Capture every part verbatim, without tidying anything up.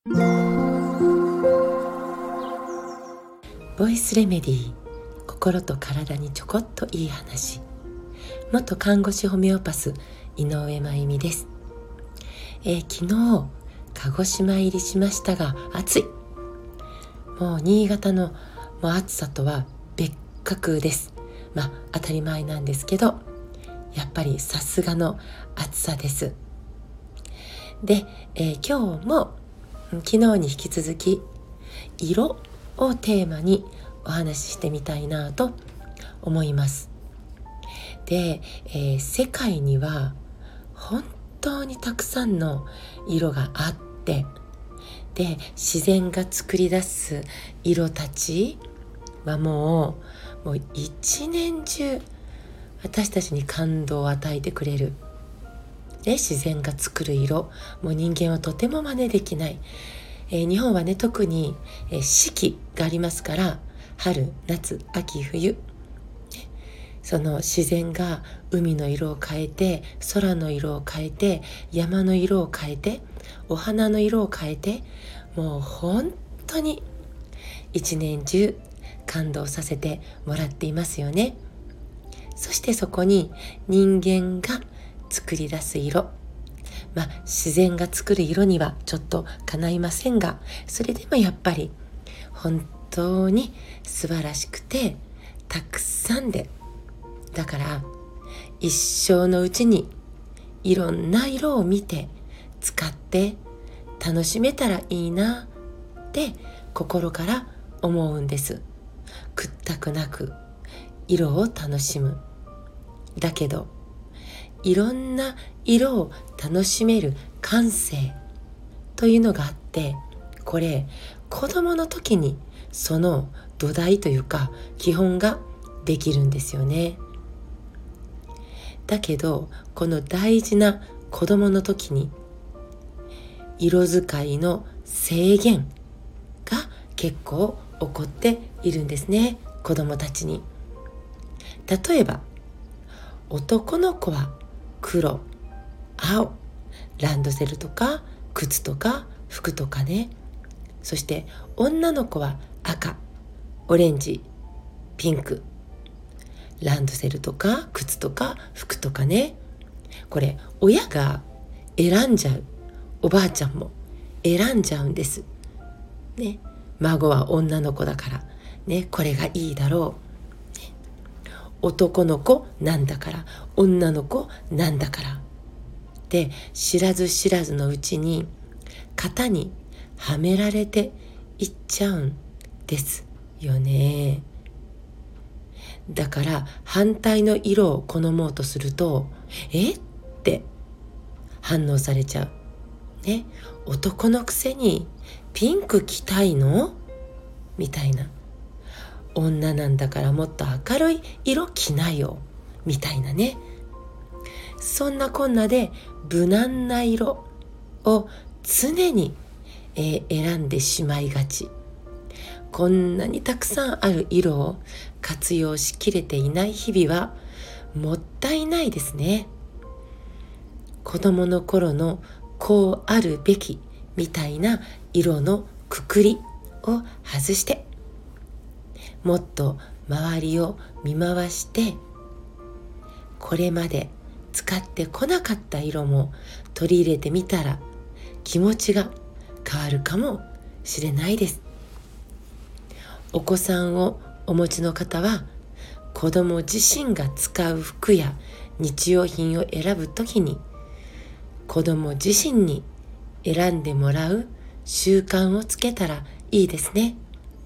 ボイスレメディー、心と体にちょこっといい話。元看護師ホメオパス井上真由美です。えー、昨日鹿児島入りしましたが暑い。もう新潟のもう暑さとは別格です。まあ当たり前なんですけど、やっぱりさすがの暑さです。で、えー、今日も昨日に引き続き色をテーマにお話ししてみたいなと思います。で、えー、世界には本当にたくさんの色があって、で自然が作り出す色たちはもう、もう一年中私たちに感動を与えてくれる。で自然が作る色、もう人間はとても真似できない。えー、日本はね特に、えー、四季がありますから、春、夏、秋、冬、その自然が海の色を変えて、空の色を変えて、山の色を変えて、お花の色を変えて、もう本当に一年中感動させてもらっていますよね。そしてそこに人間が作り出す色、まあ自然が作る色にはちょっとかないませんが、それでもやっぱり本当に素晴らしくてたくさんで、だから一生のうちにいろんな色を見て使って楽しめたらいいなって心から思うんです。屈託なく色を楽しむ。だけどいろんな色を楽しめる感性というのがあって、これ子供の時にその土台というか基本ができるんですよね。だけどこの大事な子供の時に色使いの制限が結構起こっているんですね、子供たちに。例えば男の子は黒、青、ランドセルとか靴とか服とかね。そして女の子は赤、オレンジ、ピンク、ランドセルとか靴とか服とかね。これ親が選んじゃう。おばあちゃんも選んじゃうんですね。孫は女の子だからね、これがいいだろう、ね、男の子なんだから、女の子なんだからで、知らず知らずのうちに型にはめられていっちゃうんですよね。だから反対の色を好もうとすると、えって反応されちゃうね。男のくせにピンク着たいのみたいな。女なんだからもっと明るい色着なよみたいなね。そんなこんなで無難な色を常に、えー、選んでしまいがち。こんなにたくさんある色を活用しきれていない日々はもったいないですね。子供の頃のこうあるべきみたいな色のくくりを外して、もっと周りを見回して、これまで使ってこなかった色も取り入れてみたら気持ちが変わるかもしれないです。お子さんをお持ちの方は、子供自身が使う服や日用品を選ぶときに子供自身に選んでもらう習慣をつけたらいいですね。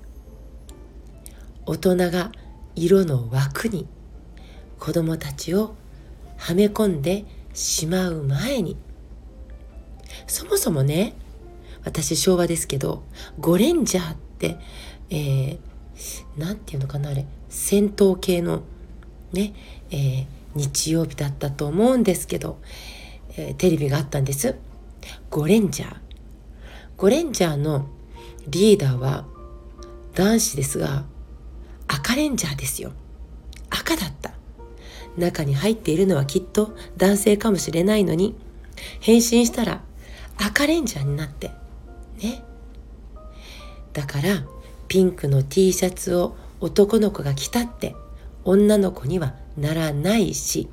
大人が色の枠に子供たちをはめ込んでしまう前に、そもそもね、私昭和ですけどゴレンジャーって、えー、なんていうのかな、あれ戦闘系のね、えー、日曜日だったと思うんですけど、えー、テレビがあったんです。ゴレンジャーゴレンジャーのリーダーは男子ですが、赤レンジャーですよ。赤だった。中に入っているのはきっと男性かもしれないのに、変身したら赤レンジャーになってね。だからピンクの T シャツを男の子が着たって女の子にはならないし、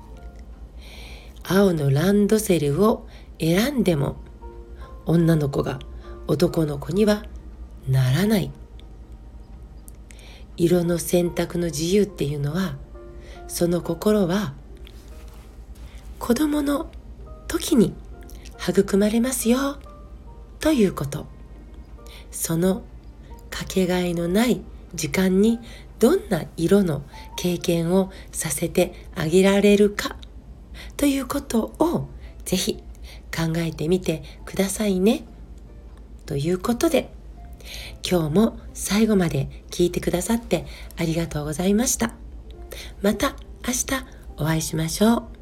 青のランドセルを選んでも女の子が男の子にはならない。色の選択の自由っていうのは、その心は子供の時に育まれますよということ。そのかけがえのない時間にどんな色の経験をさせてあげられるかということをぜひ考えてみてくださいね。ということで、今日も最後まで聞いてくださってありがとうございました。また明日お会いしましょう。